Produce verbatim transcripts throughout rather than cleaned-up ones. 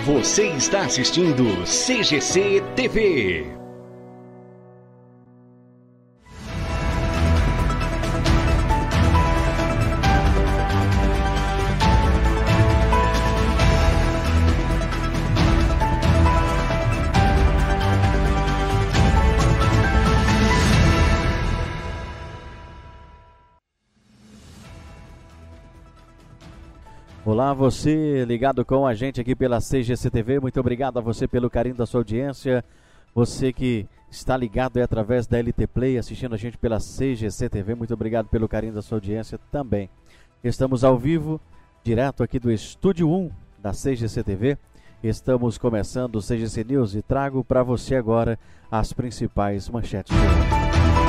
Você está assistindo C G C T V. Olá, você ligado com a gente aqui pela C G C T V, muito obrigado a você pelo carinho da sua audiência, você que está ligado aí através da L T Play, assistindo a gente pela C G C T V, muito obrigado pelo carinho da sua audiência também. Estamos ao vivo, direto aqui do Estúdio um da C G C T V, estamos começando o C G C News e trago para você agora as principais manchetes de hoje.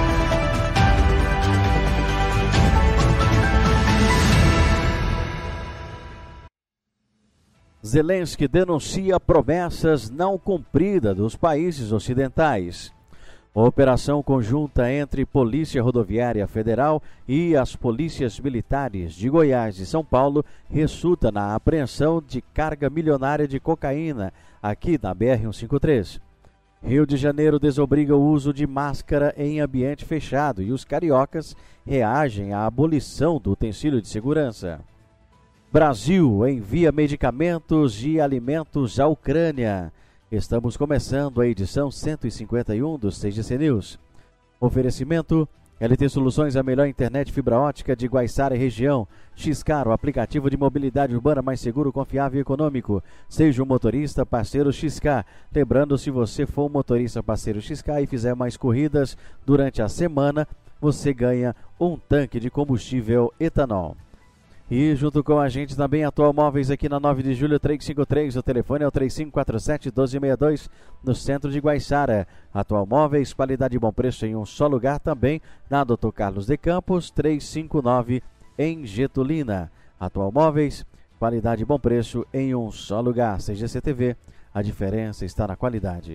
Zelensky denuncia promessas não cumpridas dos países ocidentais. Operação conjunta entre Polícia Rodoviária Federal e as polícias militares de Goiás e São Paulo resulta na apreensão de carga milionária de cocaína aqui na B R cento e cinquenta e três. Rio de Janeiro desobriga o uso de máscara em ambiente fechado e os cariocas reagem à abolição do utensílio de segurança. Brasil envia medicamentos e alimentos à Ucrânia. Estamos começando a edição cento e cinquenta e um do C G C News. Oferecimento: L T Soluções, a melhor internet fibra ótica de Guaiçara e região. Xcar, o aplicativo de mobilidade urbana mais seguro, confiável e econômico. Seja um motorista parceiro Xcar. Lembrando, se você for um motorista parceiro Xcar e fizer mais corridas durante a semana, você ganha um tanque de combustível etanol. E junto com a gente também Atual Móveis aqui na nove de julho trezentos e cinquenta e três, o telefone é o três cinco quatro sete, um dois seis dois, no centro de Guaiçara. Atual Móveis, qualidade e bom preço em um só lugar também, na doutor Carlos de Campos, trezentos e cinquenta e nove, em Getulina. Atual Móveis, qualidade e bom preço em um só lugar. C G C T V, a diferença está na qualidade.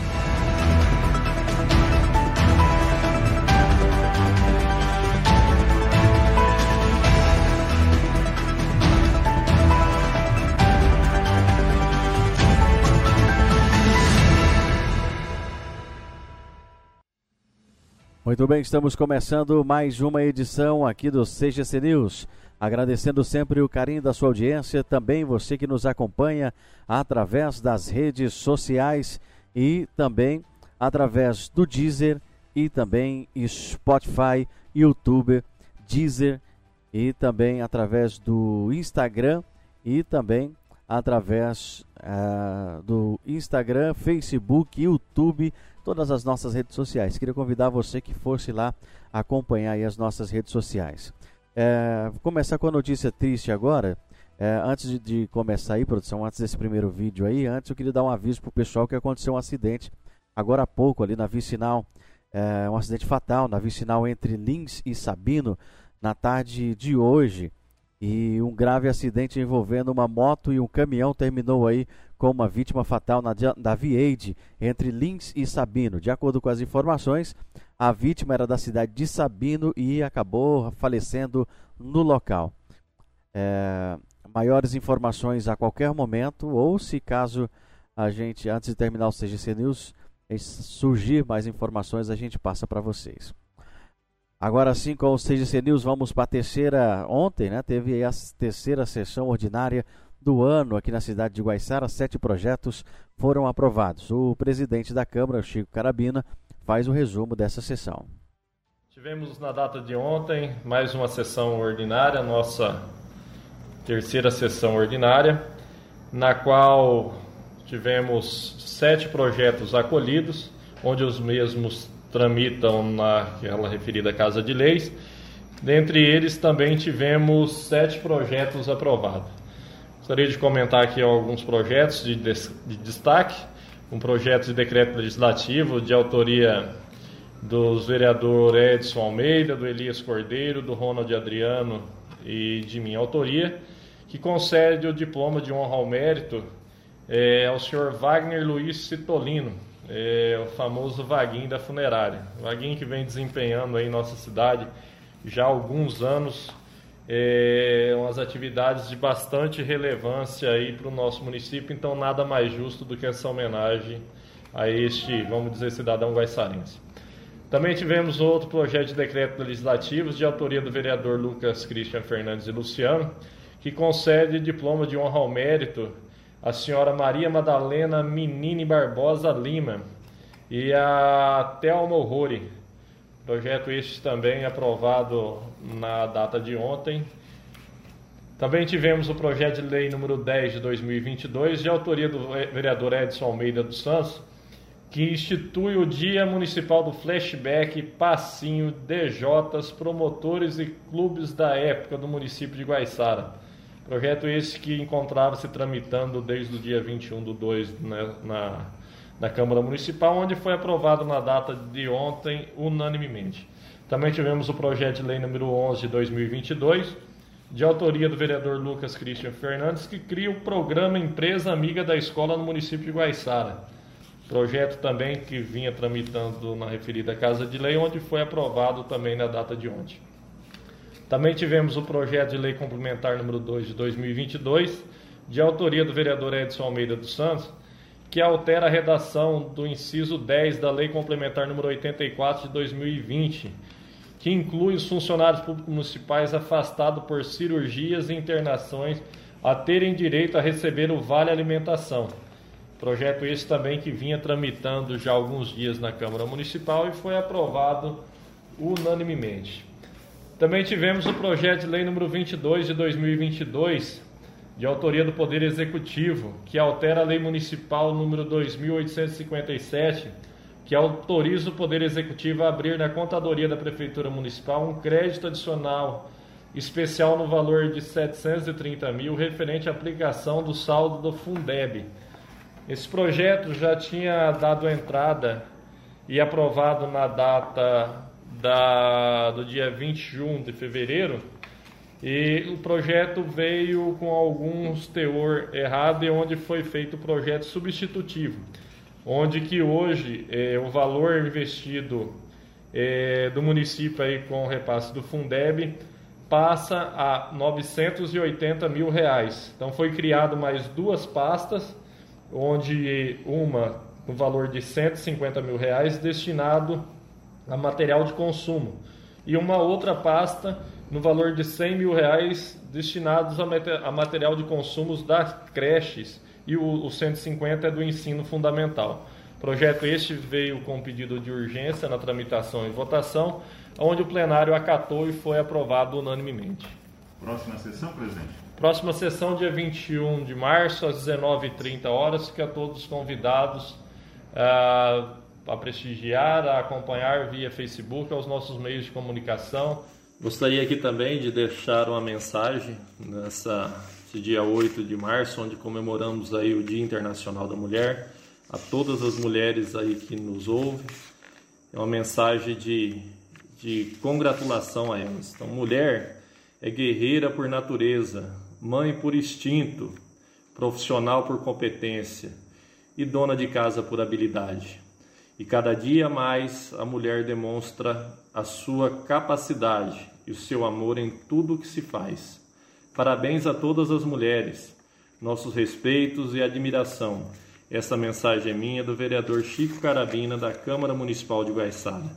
Muito bem, estamos começando mais uma edição aqui do C G C News. Agradecendo sempre o carinho da sua audiência, também você que nos acompanha através das redes sociais e também através do Deezer e também Spotify, YouTube, Deezer e também através do Instagram e também através uh, do Instagram, Facebook, YouTube, todas as nossas redes sociais. Queria convidar você que fosse lá acompanhar aí as nossas redes sociais. É, vou começar com a notícia triste agora. É, antes de, de começar aí, produção, antes desse primeiro vídeo aí, antes eu queria dar um aviso para o pessoal que aconteceu um acidente agora há pouco ali na vicinal, é, um acidente fatal na vicinal entre Lins e Sabino na tarde de hoje. E um grave acidente envolvendo uma moto e um caminhão terminou aí com uma vítima fatal na, na Viade, entre Lins e Sabino. De acordo com as informações, a vítima era da cidade de Sabino e acabou falecendo no local. É, maiores informações a qualquer momento, ou se caso a gente, antes de terminar o C G C News, surgir mais informações, a gente passa para vocês. Agora sim, com o C G C News, vamos para a terceira, ontem, né, teve a terceira sessão ordinária do ano aqui na cidade de Guaiçara. Sete projetos foram aprovados. O presidente da Câmara, Chico Carabina, faz o resumo dessa sessão. Tivemos na data de ontem mais uma sessão ordinária, nossa terceira sessão ordinária, na qual tivemos sete projetos acolhidos, onde os mesmos tramitam naquela referida Casa de Leis. Dentre eles também tivemos sete projetos aprovados. Gostaria de comentar aqui alguns projetos de, des- de destaque. Um projeto de decreto legislativo de autoria dos vereadores Edson Almeida, do Elias Cordeiro, do Ronald Adriano e de minha autoria, que concede o diploma de honra ao mérito é, ao senhor Wagner Luiz Citolino, é, o famoso Vaguinho da funerária. Vaguinho que vem desempenhando aí em nossa cidade já há alguns anos é, seriam as atividades de bastante relevância aí para o nosso município, então nada mais justo do que essa homenagem a este, vamos dizer, cidadão guaiçarense. Também tivemos outro projeto de decreto legislativo de autoria do vereador Lucas Christian Fernandes e Luciano, que concede diploma de honra ao mérito à senhora Maria Madalena Menini Barbosa Lima e a Thelma Horrori. Projeto este também aprovado na data de ontem. Também tivemos o projeto de lei número dez de dois mil e vinte e dois, de autoria do vereador Edson Almeida dos Santos, que institui o Dia Municipal do Flashback Passinho D Js, promotores e clubes da época do município de Guaiçara. Projeto esse que encontrava-se tramitando desde o dia vinte e um do dois, né, na, na Câmara Municipal, onde foi aprovado na data de ontem unanimemente. Também tivemos o projeto de lei número onze de dois mil e vinte e dois, de autoria do vereador Lucas Christian Fernandes, que cria o programa Empresa Amiga da Escola no município de Guaiçara. Projeto também que vinha tramitando na referida Casa de Lei, onde foi aprovado também na data de ontem. Também tivemos o projeto de lei complementar número dois de dois mil e vinte e dois, de autoria do vereador Edson Almeida dos Santos, que altera a redação do inciso dez da lei complementar número oitenta e quatro de dois mil e vinte, que inclui os funcionários públicos municipais afastados por cirurgias e internações a terem direito a receber o Vale Alimentação. Projeto esse também que vinha tramitando já há alguns dias na Câmara Municipal e foi aprovado unanimemente. Também tivemos o projeto de lei número vinte e dois de dois mil e vinte e dois, de autoria do Poder Executivo, que altera a Lei Municipal número dois mil oitocentos e cinquenta e sete, que autoriza o Poder Executivo a abrir na contadoria da Prefeitura Municipal um crédito adicional especial no valor de setecentos e trinta mil, referente à aplicação do saldo do Fundeb. Esse projeto já tinha dado entrada e aprovado na data da, do dia vinte e um de fevereiro, e o projeto veio com alguns teor errado e onde foi feito o projeto substitutivo, onde que hoje é, o valor investido é, do município aí com o repasse do Fundeb passa a novecentos e oitenta mil reais. Então foi criado mais duas pastas, onde uma no valor de cento e cinquenta mil reais destinado a material de consumo e uma outra pasta no valor de cem mil reais destinados a material de consumos das creches, e o, o cento e cinquenta é do ensino fundamental. O projeto este veio com pedido de urgência na tramitação e votação, onde o plenário acatou e foi aprovado unanimemente. Próxima sessão, presidente? Próxima sessão, dia vinte e um de março, às dezenove e trinta horas, fica todos convidados a, a prestigiar, a acompanhar via Facebook, aos nossos meios de comunicação. Gostaria aqui também de deixar uma mensagem nessa esse dia oito de março, onde comemoramos aí o Dia Internacional da Mulher, a todas as mulheres aí que nos ouvem. É uma mensagem de, de congratulação a elas. Então, mulher é guerreira por natureza, mãe por instinto, profissional por competência e dona de casa por habilidade. E cada dia mais a mulher demonstra a sua capacidade e o seu amor em tudo o que se faz. Parabéns a todas as mulheres, nossos respeitos e admiração. Essa mensagem é minha, do vereador Chico Carabina, da Câmara Municipal de Guaiçara.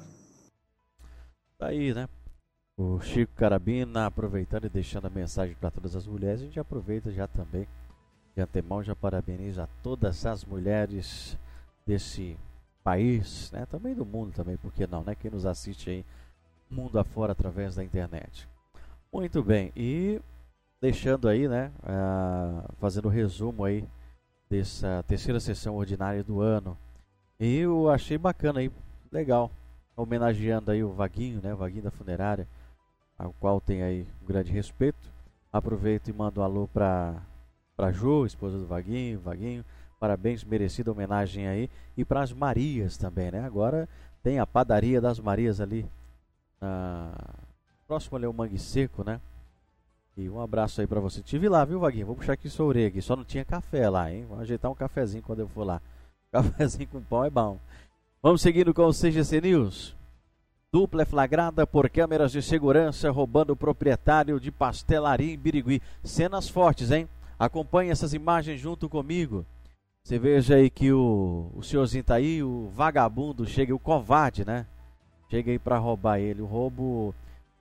Tá aí, né? O Chico Carabina aproveitando e deixando a mensagem para todas as mulheres. A gente aproveita já também, de antemão, já parabeniza a todas as mulheres desse país, né? Também do mundo também, por que não, né? Quem nos assiste aí, mundo afora, através da internet. Muito bem, e deixando aí, né? Uh, fazendo o resumo aí dessa terceira sessão ordinária do ano. E eu achei bacana aí, legal, homenageando aí o Vaguinho, né? O Vaguinho da Funerária, ao qual tem aí um grande respeito. Aproveito e mando um alô para para Jo, esposa do Vaguinho, Vaguinho, parabéns, merecida homenagem aí. E para as Marias também, né? Agora tem a padaria das Marias ali, na... próximo ali ao Mangue Seco, né? E um abraço aí para você. Tive lá, viu, Vaguinho? Vou puxar aqui sua orelha aqui. Só não tinha café lá, hein? Vou ajeitar um cafezinho quando eu for lá. Cafezinho com pão é bom. Vamos seguindo com o C G C News. Dupla é flagrada por câmeras de segurança roubando o proprietário de pastelaria em Birigui. Cenas fortes, hein? Acompanhe essas imagens junto comigo. Você veja aí que o, o senhorzinho tá aí, o vagabundo chega, o covarde, né? Chega aí para roubar ele. O roubo,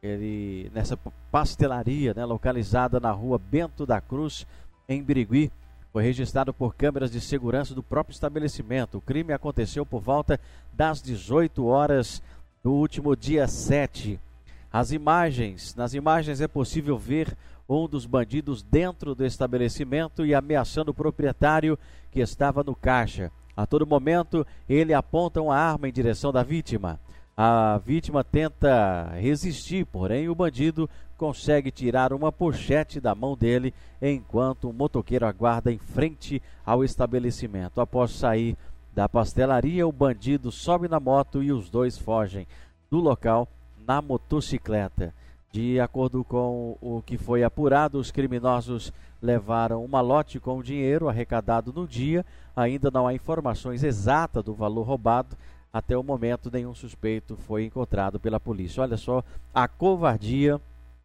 ele nessa pastelaria, né? Localizada na rua Bento da Cruz, em Birigui. Foi registrado por câmeras de segurança do próprio estabelecimento. O crime aconteceu por volta das dezoito horas do último dia sete. As imagens, nas imagens é possível ver um dos bandidos dentro do estabelecimento e ameaçando o proprietário que estava no caixa. A todo momento, ele aponta uma arma em direção da vítima. A vítima tenta resistir, porém o bandido consegue tirar uma pochete da mão dele enquanto o motoqueiro aguarda em frente ao estabelecimento. Após sair da pastelaria, o bandido sobe na moto e os dois fogem do local na motocicleta. De acordo com o que foi apurado, os criminosos levaram um malote com dinheiro arrecadado no dia. Ainda não há informações exatas do valor roubado. Até o momento, nenhum suspeito foi encontrado pela polícia. Olha só a covardia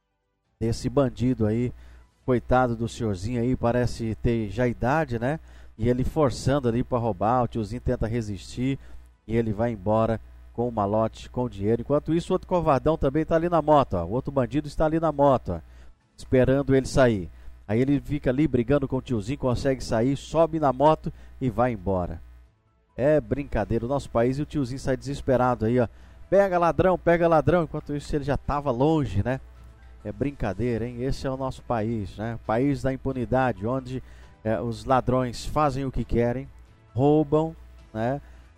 desse bandido aí. Coitado do senhorzinho aí, parece ter já idade, né? E ele forçando ali para roubar, o tiozinho tenta resistir e ele vai embora com o malote, com o dinheiro. Enquanto isso, o outro covardão também está ali na moto, ó. O outro bandido está ali na moto, ó, esperando ele sair. Aí ele fica ali brigando com o tiozinho, consegue sair, sobe na moto e vai embora. É brincadeira, o nosso país, e o tiozinho sai desesperado aí, ó. Pega ladrão, pega ladrão. Enquanto isso, ele já estava longe, né? É brincadeira, hein? Esse é o nosso país, né? País da impunidade, onde é, os ladrões fazem o que querem, roubam, né?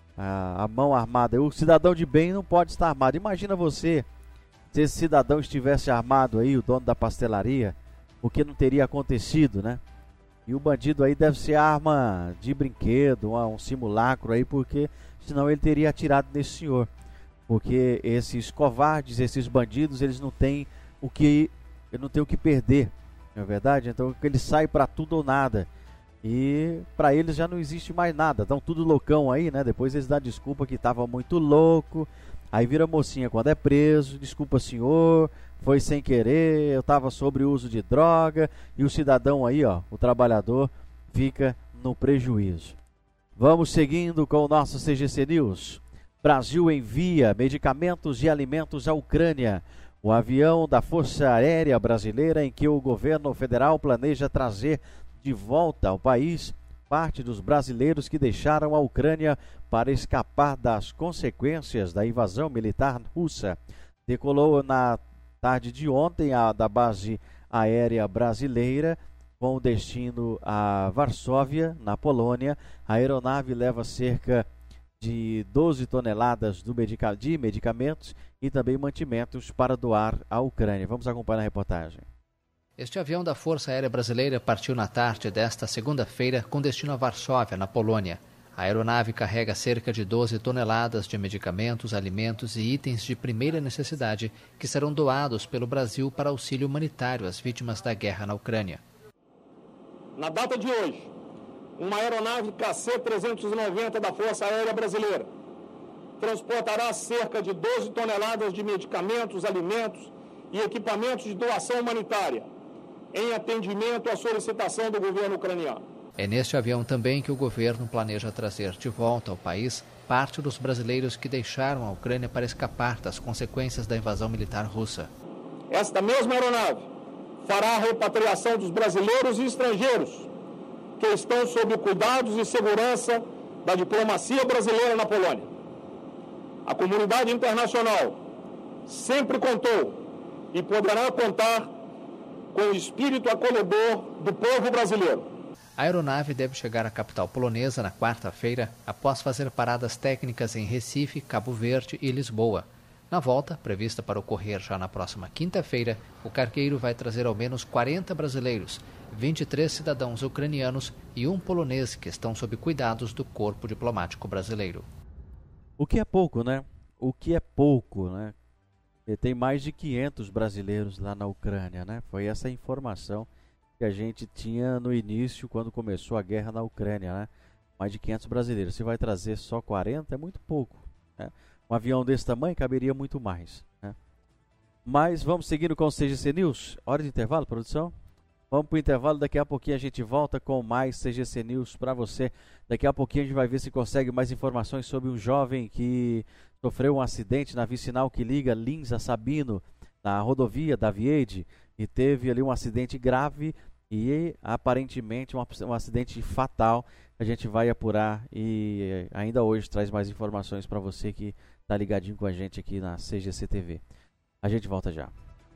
A, a mão armada. O cidadão de bem não pode estar armado. Imagina você, se esse cidadão estivesse armado aí, o dono da pastelaria, o que não teria acontecido, né? E o bandido aí deve ser arma de brinquedo, um, um simulacro aí, porque senão ele teria atirado nesse senhor. Porque esses covardes, esses bandidos, eles não têm o que, ele não tem o que perder, não é verdade? Então ele sai para tudo ou nada. E para eles já não existe mais nada. Estão tudo loucão aí, né? Depois eles dão desculpa que estava muito louco. Aí vira mocinha quando é preso. Desculpa, senhor, foi sem querer, eu estava sobre o uso de droga. E o cidadão aí, ó, o trabalhador, fica no prejuízo. Vamos seguindo com o nosso C G C News. Brasil envia medicamentos e alimentos à Ucrânia. O avião da Força Aérea Brasileira, em que o governo federal planeja trazer de volta ao país parte dos brasileiros que deixaram a Ucrânia para escapar das consequências da invasão militar russa, decolou na tarde de ontem a, da base aérea brasileira com destino a Varsóvia, na Polônia. A aeronave leva cerca de doze toneladas do medica- de medicamentos e também mantimentos para doar à Ucrânia. Vamos acompanhar a reportagem. Este avião da Força Aérea Brasileira partiu na tarde desta segunda-feira com destino a Varsóvia, na Polônia. A aeronave carrega cerca de doze toneladas de medicamentos, alimentos e itens de primeira necessidade que serão doados pelo Brasil para auxílio humanitário às vítimas da guerra na Ucrânia. Na data de hoje, uma aeronave K C trezentos e noventa da Força Aérea Brasileira transportará cerca de doze toneladas de medicamentos, alimentos e equipamentos de doação humanitária, em atendimento à solicitação do governo ucraniano. É neste avião também que o governo planeja trazer de volta ao país parte dos brasileiros que deixaram a Ucrânia para escapar das consequências da invasão militar russa. Esta mesma aeronave fará a repatriação dos brasileiros e estrangeiros que estão sob cuidados e segurança da diplomacia brasileira na Polônia. A comunidade internacional sempre contou e poderá contar com o espírito acolhedor do povo brasileiro. A aeronave deve chegar à capital polonesa na quarta-feira, após fazer paradas técnicas em Recife, Cabo Verde e Lisboa. Na volta, prevista para ocorrer já na próxima quinta-feira, o cargueiro vai trazer ao menos quarenta brasileiros, vinte e três cidadãos ucranianos e um polonês que estão sob cuidados do Corpo Diplomático Brasileiro. O que é pouco, né? O que é pouco, né? E tem mais de quinhentos brasileiros lá na Ucrânia, né? Foi essa a informação que a gente tinha no início, quando começou a guerra na Ucrânia, né? Mais de quinhentos brasileiros. Se vai trazer só quarenta, é muito pouco, né? Um avião desse tamanho caberia muito mais, né? Mas vamos seguindo com o C G C News. Hora de intervalo, produção? Vamos para o intervalo, daqui a pouquinho a gente volta com mais C G C News para você. Daqui a pouquinho a gente vai ver se consegue mais informações sobre um jovem que sofreu um acidente na vicinal que liga Lins a Sabino, na rodovia da Viede, e teve ali um acidente grave e aparentemente um, um acidente fatal. A gente vai apurar e ainda hoje traz mais informações para você que está ligadinho com a gente aqui na C G C T V. A gente volta já.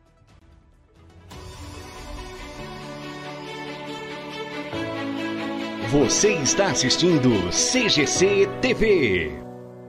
Você está assistindo C G C T V.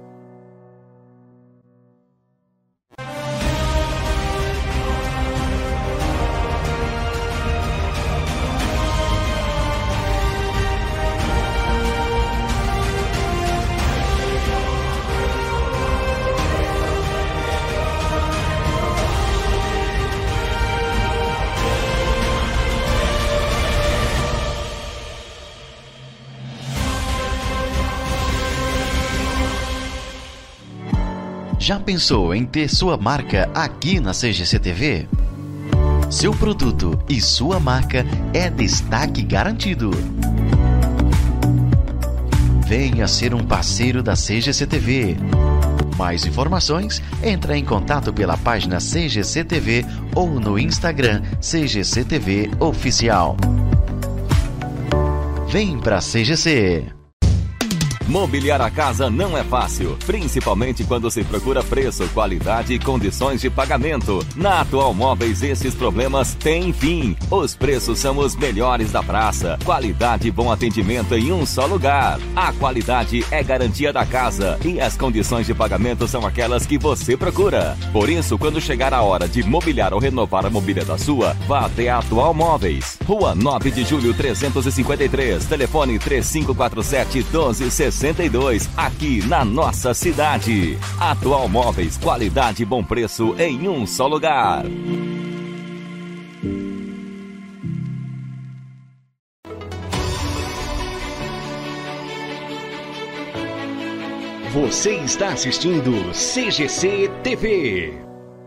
Já pensou em ter sua marca aqui na C G C T V? Seu produto e sua marca é destaque garantido. Venha ser um parceiro da C G C T V. Mais informações, entre em contato pela página C G C T V ou no Instagram C G C T V Oficial. Vem pra C G C! Mobiliar a casa não é fácil, principalmente quando se procura preço, qualidade e condições de pagamento. Na Atual Móveis, esses problemas têm fim. Os preços são os melhores da praça. Qualidade e bom atendimento em um só lugar. A qualidade é garantia da casa e as condições de pagamento são aquelas que você procura. Por isso, quando chegar a hora de mobiliar ou renovar a mobília da sua, vá até a Atual Móveis. Rua nove de julho trezentos e cinquenta e três, telefone três cinco quatro sete, um dois seis dois, aqui na nossa cidade. Atual Móveis, qualidade e bom preço em um só lugar. Você está assistindo C G C T V.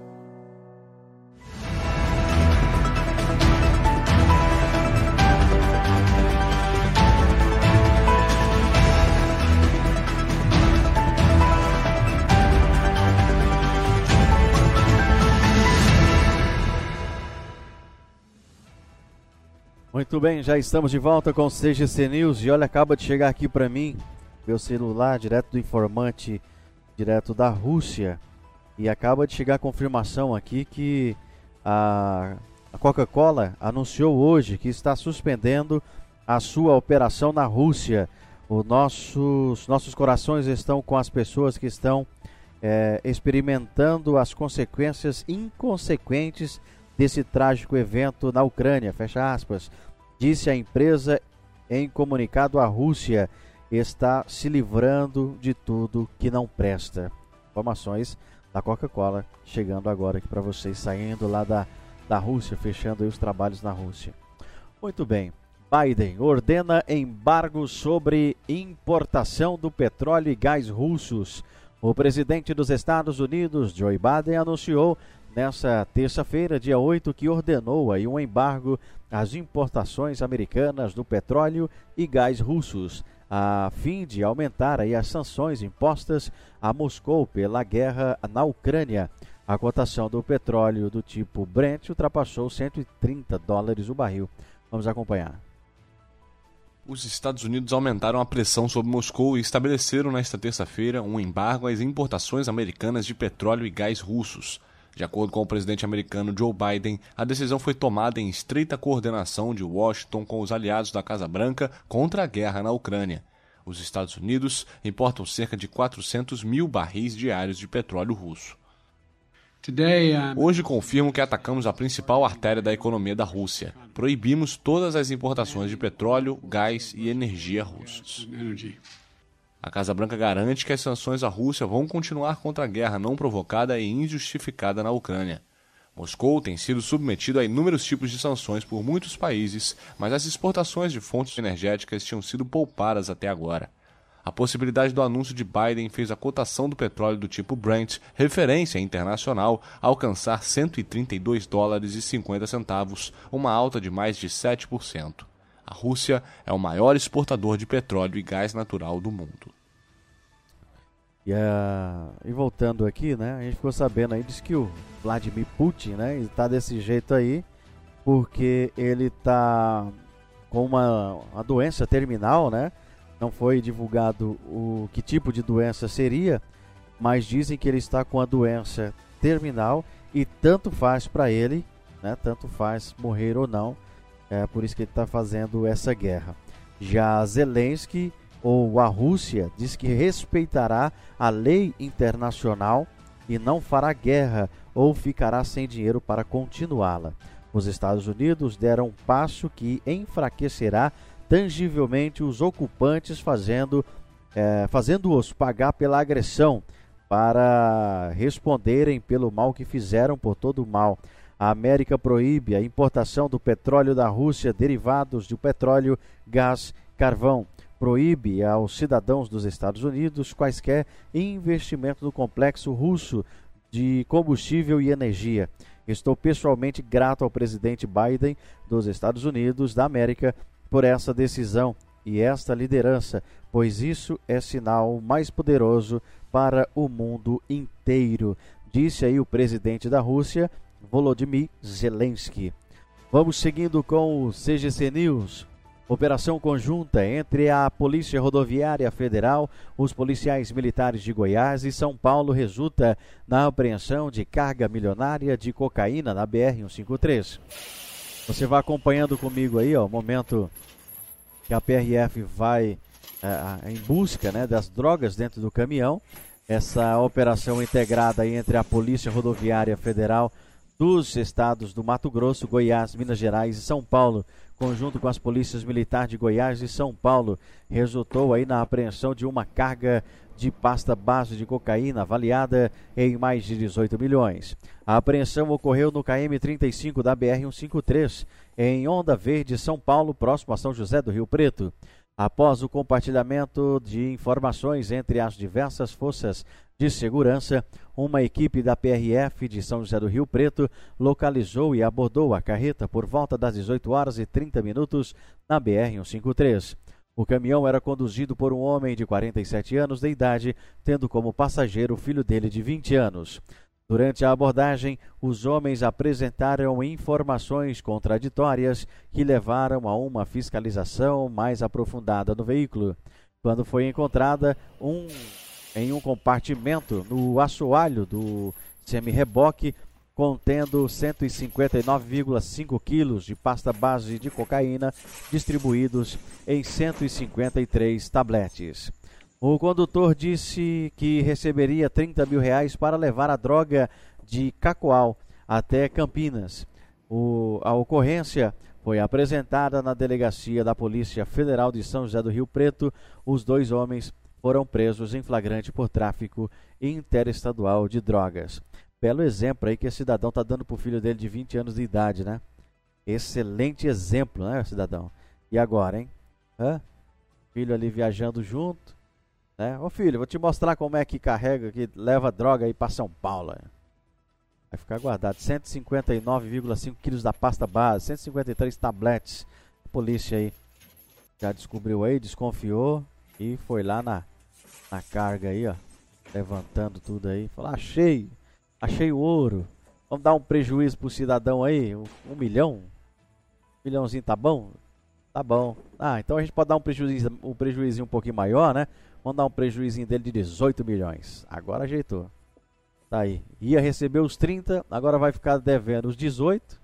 Muito bem, já estamos de volta com o C G C News e olha, acaba de chegar aqui para mim meu celular direto do informante, direto da Rússia, e acaba de chegar a confirmação aqui que a, a Coca-Cola anunciou hoje que está suspendendo a sua operação na Rússia. Os nossos, nossos corações estão com as pessoas que estão é, experimentando as consequências inconsequentes desse trágico evento na Ucrânia, fecha aspas. Disse a empresa em comunicado. A Rússia está se livrando de tudo que não presta. Informações da Coca-Cola chegando agora aqui para vocês, saindo lá da, da Rússia, fechando aí os trabalhos na Rússia. Muito bem. Biden ordena embargo sobre importação do petróleo e gás russos. O presidente dos Estados Unidos, Joe Biden, anunciou nessa terça-feira, dia oito, que ordenou aí um embargo às importações americanas do petróleo e gás russos, a fim de aumentar aí as sanções impostas a Moscou pela guerra na Ucrânia. A cotação do petróleo do tipo Brent ultrapassou cento e trinta dólares o barril. Vamos acompanhar. Os Estados Unidos aumentaram a pressão sobre Moscou e estabeleceram nesta terça-feira um embargo às importações americanas de petróleo e gás russos. De acordo com o presidente americano Joe Biden, a decisão foi tomada em estreita coordenação de Washington com os aliados da Casa Branca contra a guerra na Ucrânia. Os Estados Unidos importam cerca de quatrocentos mil barris diários de petróleo russo. Hoje confirmo que atacamos a principal artéria da economia da Rússia. Proibimos todas as importações de petróleo, gás e energia russos. A Casa Branca garante que as sanções à Rússia vão continuar contra a guerra não provocada e injustificada na Ucrânia. Moscou tem sido submetido a inúmeros tipos de sanções por muitos países, mas as exportações de fontes energéticas tinham sido poupadas até agora. A possibilidade do anúncio de Biden fez a cotação do petróleo do tipo Brent, referência internacional, alcançar cento e trinta e dois dólares e cinquenta centavos, uma alta de mais de sete por cento. A Rússia é o maior exportador de petróleo e gás natural do mundo. E, uh, e voltando aqui, né, a gente ficou sabendo aí, diz que o Vladimir Putin, né, está desse jeito aí, porque ele está com uma, uma doença terminal, né? Não foi divulgado o que tipo de doença seria, mas dizem que ele está com a doença terminal e tanto faz para ele, né? Tanto faz morrer ou não. É por isso que ele está fazendo essa guerra. Já Zelensky, ou a Rússia, diz que respeitará a lei internacional e não fará guerra ou ficará sem dinheiro para continuá-la. Os Estados Unidos deram um passo que enfraquecerá tangivelmente os ocupantes, fazendo, é, fazendo-os pagar pela agressão, para responderem pelo mal que fizeram por todo o mal. A América proíbe a importação do petróleo da Rússia, derivados do petróleo, gás, carvão. Proíbe aos cidadãos dos Estados Unidos quaisquer investimentos no complexo russo de combustível e energia. Estou pessoalmente grato ao presidente Biden dos Estados Unidos da América por essa decisão e esta liderança, pois isso é sinal mais poderoso para o mundo inteiro, disse aí o presidente da Rússia, Volodymyr Zelensky. Vamos seguindo com o C G C News. Operação conjunta entre a Polícia Rodoviária Federal, os policiais militares de Goiás e São Paulo resulta na apreensão de carga milionária de cocaína na B R cento e cinquenta e três. Você vai acompanhando comigo aí, ó, o momento que a P R F vai é, em busca, né, das drogas dentro do caminhão. Essa operação integrada aí entre a Polícia Rodoviária Federal dos estados do Mato Grosso, Goiás, Minas Gerais e São Paulo, conjunto com as polícias militares de Goiás e São Paulo, resultou aí na apreensão de uma carga de pasta base de cocaína avaliada em mais de dezoito milhões. A apreensão ocorreu no K M trinta e cinco da B R cento e cinquenta e três, em Onda Verde, São Paulo, próximo a São José do Rio Preto. Após o compartilhamento de informações entre as diversas forças de segurança, uma equipe da P R F de São José do Rio Preto localizou e abordou a carreta por volta das dezoito horas e trinta minutos na B R cento e cinquenta e três. O caminhão era conduzido por um homem de quarenta e sete anos de idade, tendo como passageiro o filho dele de vinte anos. Durante a abordagem, os homens apresentaram informações contraditórias que levaram a uma fiscalização mais aprofundada no veículo. Quando foi encontrada um, em um compartimento no assoalho do semi-reboque, contendo cento e cinquenta e nove vírgula cinco quilos de pasta base de cocaína, distribuídos em cento e cinquenta e três tabletes. O condutor disse que receberia trinta mil reais para levar a droga de Cacoal até Campinas. O, a ocorrência foi apresentada na delegacia da Polícia Federal de São José do Rio Preto. Os dois homens foram presos em flagrante por tráfico interestadual de drogas. Belo exemplo aí que esse cidadão está dando para o filho dele de vinte anos de idade, né? Excelente exemplo, né, cidadão? E agora, hein? Hã? Filho ali viajando junto. Né? Ô filho, vou te mostrar como é que carrega, que leva droga aí para São Paulo. Né? Vai ficar guardado. cento e cinquenta e nove vírgula cinco quilos da pasta base, cento e cinquenta e três tabletes. A polícia aí já descobriu aí, desconfiou e foi lá na, na carga aí, ó. Levantando tudo aí. Falou, achei, achei o ouro. Vamos dar um prejuízo pro cidadão aí, um, um milhão? Um milhãozinho tá bom? Tá bom. Ah, então a gente pode dar um prejuízo, um prejuízo um pouquinho maior, né? Vamos dar um prejuízo dele de dezoito milhões. Agora ajeitou. Tá aí. Ia receber os trinta, agora vai ficar devendo os dezoito,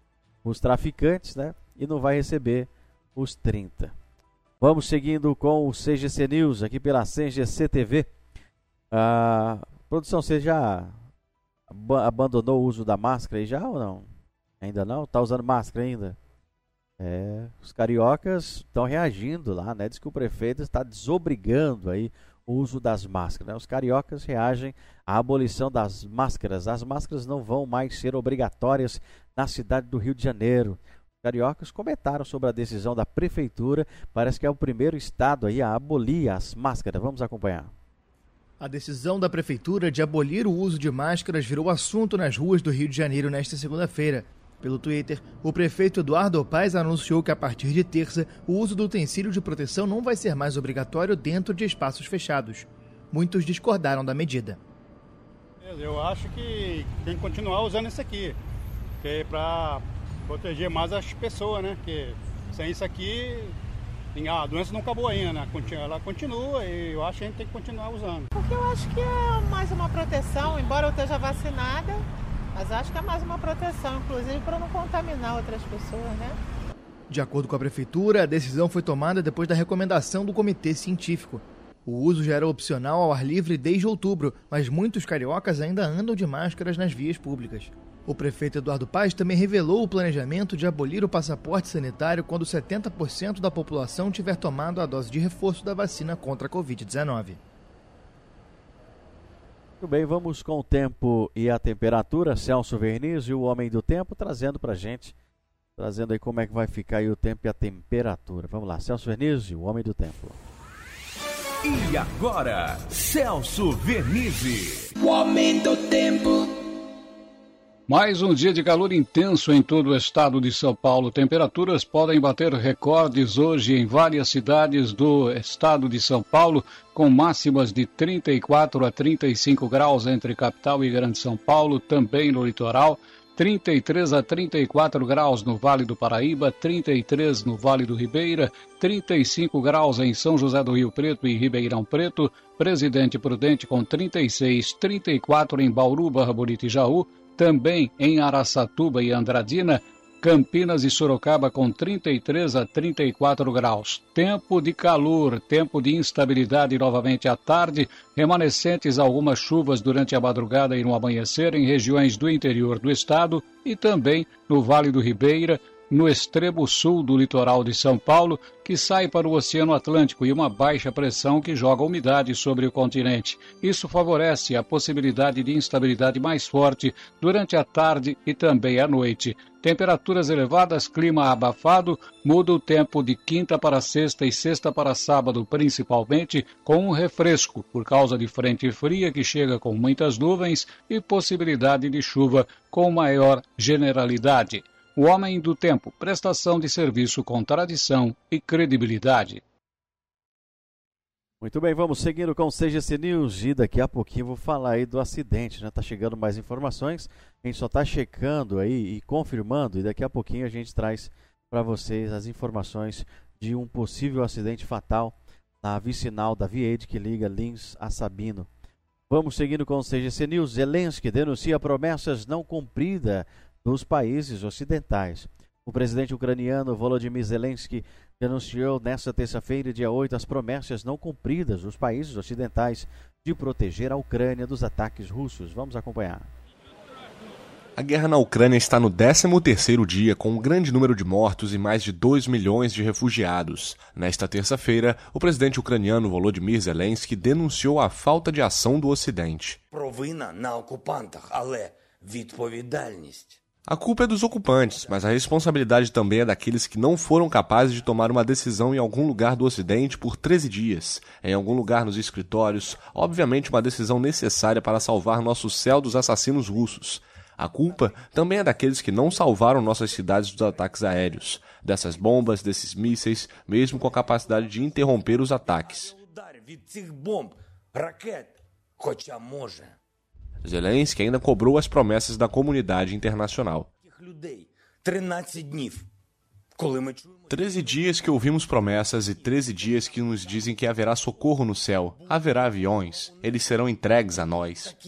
os traficantes, né? E não vai receber os trinta. Vamos seguindo com o C G C News, aqui pela C G C T V. Ah, produção, você já ab- abandonou o uso da máscara aí já ou não? Ainda não? Tá usando máscara ainda? É, os cariocas estão reagindo lá, né? Diz que o prefeito está desobrigando aí o uso das máscaras, né? Os cariocas reagem à abolição das máscaras. As máscaras não vão mais ser obrigatórias na cidade do Rio de Janeiro. Os cariocas comentaram sobre a decisão da prefeitura. Parece que é o primeiro estado aí a abolir as máscaras. Vamos acompanhar. A decisão da prefeitura de abolir o uso de máscaras virou assunto nas ruas do Rio de Janeiro nesta segunda-feira. Pelo Twitter, o prefeito Eduardo Paes anunciou que a partir de terça, o uso do utensílio de proteção não vai ser mais obrigatório dentro de espaços fechados. Muitos discordaram da medida. Eu acho que tem que continuar usando isso aqui, que é para proteger mais as pessoas, né? Porque sem isso aqui, a doença não acabou ainda, né? Ela continua e eu acho que a gente tem que continuar usando. Porque eu acho que é mais uma proteção, embora eu esteja vacinada, mas acho que é mais uma proteção, inclusive para não contaminar outras pessoas, né? De acordo com a prefeitura, a decisão foi tomada depois da recomendação do comitê científico. O uso já era opcional ao ar livre desde outubro, mas muitos cariocas ainda andam de máscaras nas vias públicas. O prefeito Eduardo Paes também revelou o planejamento de abolir o passaporte sanitário quando setenta por cento da população tiver tomado a dose de reforço da vacina contra a covid dezenove. Muito bem, vamos com o tempo e a temperatura. Celso Verniz e o Homem do Tempo trazendo pra gente, trazendo aí como é que vai ficar aí o tempo e a temperatura. Vamos lá, Celso Verniz e o Homem do Tempo. E agora, Celso Vernizzi, o Homem do Tempo. Mais um dia de calor intenso em todo o estado de São Paulo. Temperaturas podem bater recordes hoje em várias cidades do estado de São Paulo, com máximas de trinta e quatro a trinta e cinco graus entre capital e Grande São Paulo, também no litoral. trinta e três a trinta e quatro graus no Vale do Paraíba, trinta e três no Vale do Ribeira, trinta e cinco graus em São José do Rio Preto e Ribeirão Preto, Presidente Prudente com trinta e seis, trinta e quatro em Bauru, Barra Bonita e Jaú, também em Araçatuba e Andradina, Campinas e Sorocaba com trinta e três a trinta e quatro graus. Tempo de calor, tempo de instabilidade novamente à tarde, remanescentes algumas chuvas durante a madrugada e no amanhecer em regiões do interior do estado e também no Vale do Ribeira, no extremo sul do litoral de São Paulo, que sai para o Oceano Atlântico e uma baixa pressão que joga umidade sobre o continente. Isso favorece a possibilidade de instabilidade mais forte durante a tarde e também à noite. Temperaturas elevadas, clima abafado, muda o tempo de quinta para sexta e sexta para sábado, principalmente com um refresco por causa de frente fria que chega com muitas nuvens e possibilidade de chuva com maior generalidade. O Homem do Tempo, prestação de serviço com tradição e credibilidade. Muito bem, vamos seguindo com o C G C News e daqui a pouquinho vou falar aí do acidente, né? Tá chegando mais informações, a gente só tá checando aí e confirmando e daqui a pouquinho a gente traz para vocês as informações de um possível acidente fatal na vicinal da Viede que liga Lins a Sabino. Vamos seguindo com o C G C News. Zelensky denuncia promessas não cumpridas dos países ocidentais. O presidente ucraniano Volodymyr Zelensky denunciou nesta terça-feira, dia oito, as promessas não cumpridas dos países ocidentais de proteger a Ucrânia dos ataques russos. Vamos acompanhar. A guerra na Ucrânia está no décimo terceiro dia, com um grande número de mortos e mais de dois milhões de refugiados. Nesta terça-feira, o presidente ucraniano Volodymyr Zelensky denunciou a falta de ação do Ocidente. Провина на окупантах, але відповідальність. A culpa é dos ocupantes, mas a responsabilidade também é daqueles que não foram capazes de tomar uma decisão em algum lugar do Ocidente por treze dias, em algum lugar nos escritórios, obviamente uma decisão necessária para salvar nosso céu dos assassinos russos. A culpa também é daqueles que não salvaram nossas cidades dos ataques aéreos, dessas bombas, desses mísseis, mesmo com a capacidade de interromper os ataques. Zelensky ainda cobrou as promessas da comunidade internacional. Treze dias que ouvimos promessas e treze dias que nos dizem que haverá socorro no céu, haverá aviões, eles serão entregues a nós.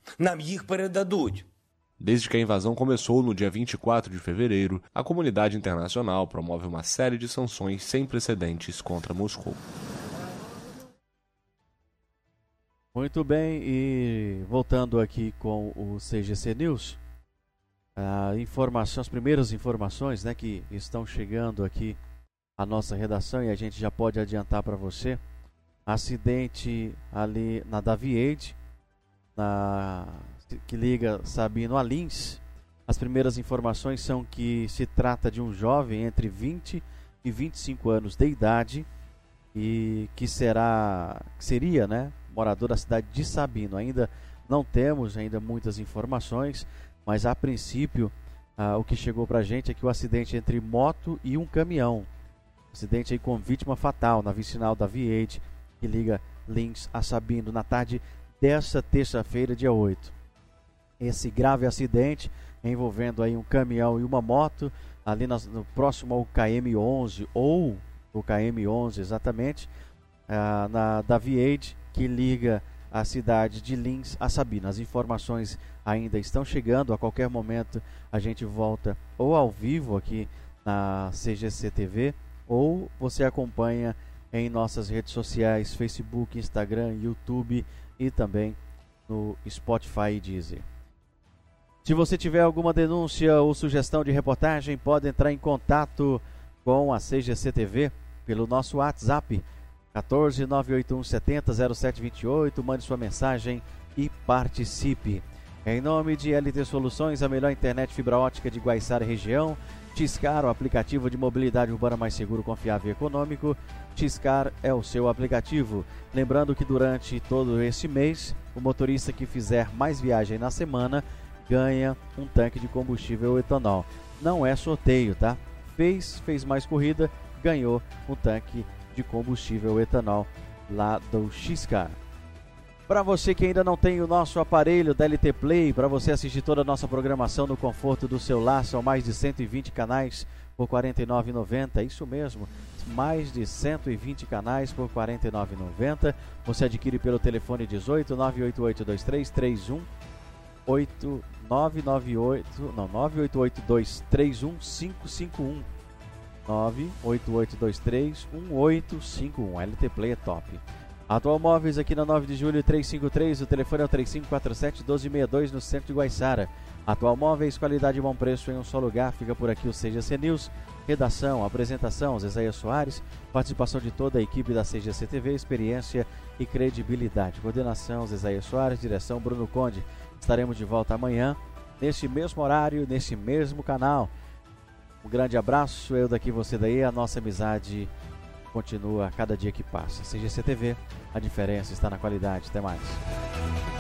Desde que a invasão começou no dia vinte e quatro de fevereiro, a comunidade internacional promove uma série de sanções sem precedentes contra Moscou. Muito bem, e voltando aqui com o C G C News, a informação, as primeiras informações, né, que estão chegando aqui à nossa redação e a gente já pode adiantar para você. Acidente ali na Daviede, na, que liga Sabino a Lins, As primeiras informações são que se trata de um jovem entre vinte e vinte e cinco anos de idade e que será, que seria, né, morador da cidade de Sabino. Ainda não temos ainda muitas informações, mas a princípio ah, o que chegou para a gente é que o acidente entre moto e um caminhão, acidente aí com vítima fatal na vicinal da V oito, que liga Lins a Sabino, na tarde desta terça-feira, dia oito. Esse grave acidente envolvendo aí um caminhão e uma moto, ali no, no próximo ao K M onze, ou o K M onze exatamente, ah, na, da V oito, que liga a cidade de Lins a Sabino. As informações ainda estão chegando, a qualquer momento a gente volta ou ao vivo aqui na C G C T V, ou você acompanha em nossas redes sociais, Facebook, Instagram, YouTube e também no Spotify e Deezer. Se você tiver alguma denúncia ou sugestão de reportagem, pode entrar em contato com a C G C T V pelo nosso WhatsApp um quatro nove oito um sete zero zero sete dois oito. Mande sua mensagem e participe. Em nome de L T Soluções, a melhor internet fibra ótica de Guaiçara e região. Tiscar, o aplicativo de mobilidade urbana mais seguro, confiável e econômico. Tiscar é o seu aplicativo. Lembrando que durante todo esse mês, o motorista que fizer mais viagem na semana ganha um tanque de combustível etanol. Não é sorteio, tá? Fez, fez mais corrida, ganhou um tanque de combustível etanol lá do Xcar. Para você que ainda não tem o nosso aparelho da L T Play, para você assistir toda a nossa programação no conforto do seu lar, são mais de cento e vinte canais por quarenta e nove reais e noventa centavos. Isso mesmo, mais de cento e vinte canais por quarenta e nove reais e noventa centavos. Você adquire pelo telefone dezoito nove oito oito dois três três um oito nove nove oito, não, nove oito oito dois três um cinco cinco um. nove oito oito dois três um oito cinco um. L T Play é top. Atual Móveis aqui na nove de julho trezentos e cinquenta e três, o telefone é o três cinco quatro sete um dois seis dois no centro de Guaiçara. Atual Móveis, qualidade e bom preço em um só lugar. Fica por aqui o C G C News. Redação, apresentação, Zezaia Soares. Participação de toda a equipe da C G C T V, experiência e credibilidade. Coordenação, Zezaia Soares. Direção, Bruno Conde. Estaremos de volta amanhã, neste mesmo horário, neste mesmo canal. Um grande abraço, eu daqui, você daí. A nossa amizade continua a cada dia que passa. C G C T V, a diferença está na qualidade. Até mais.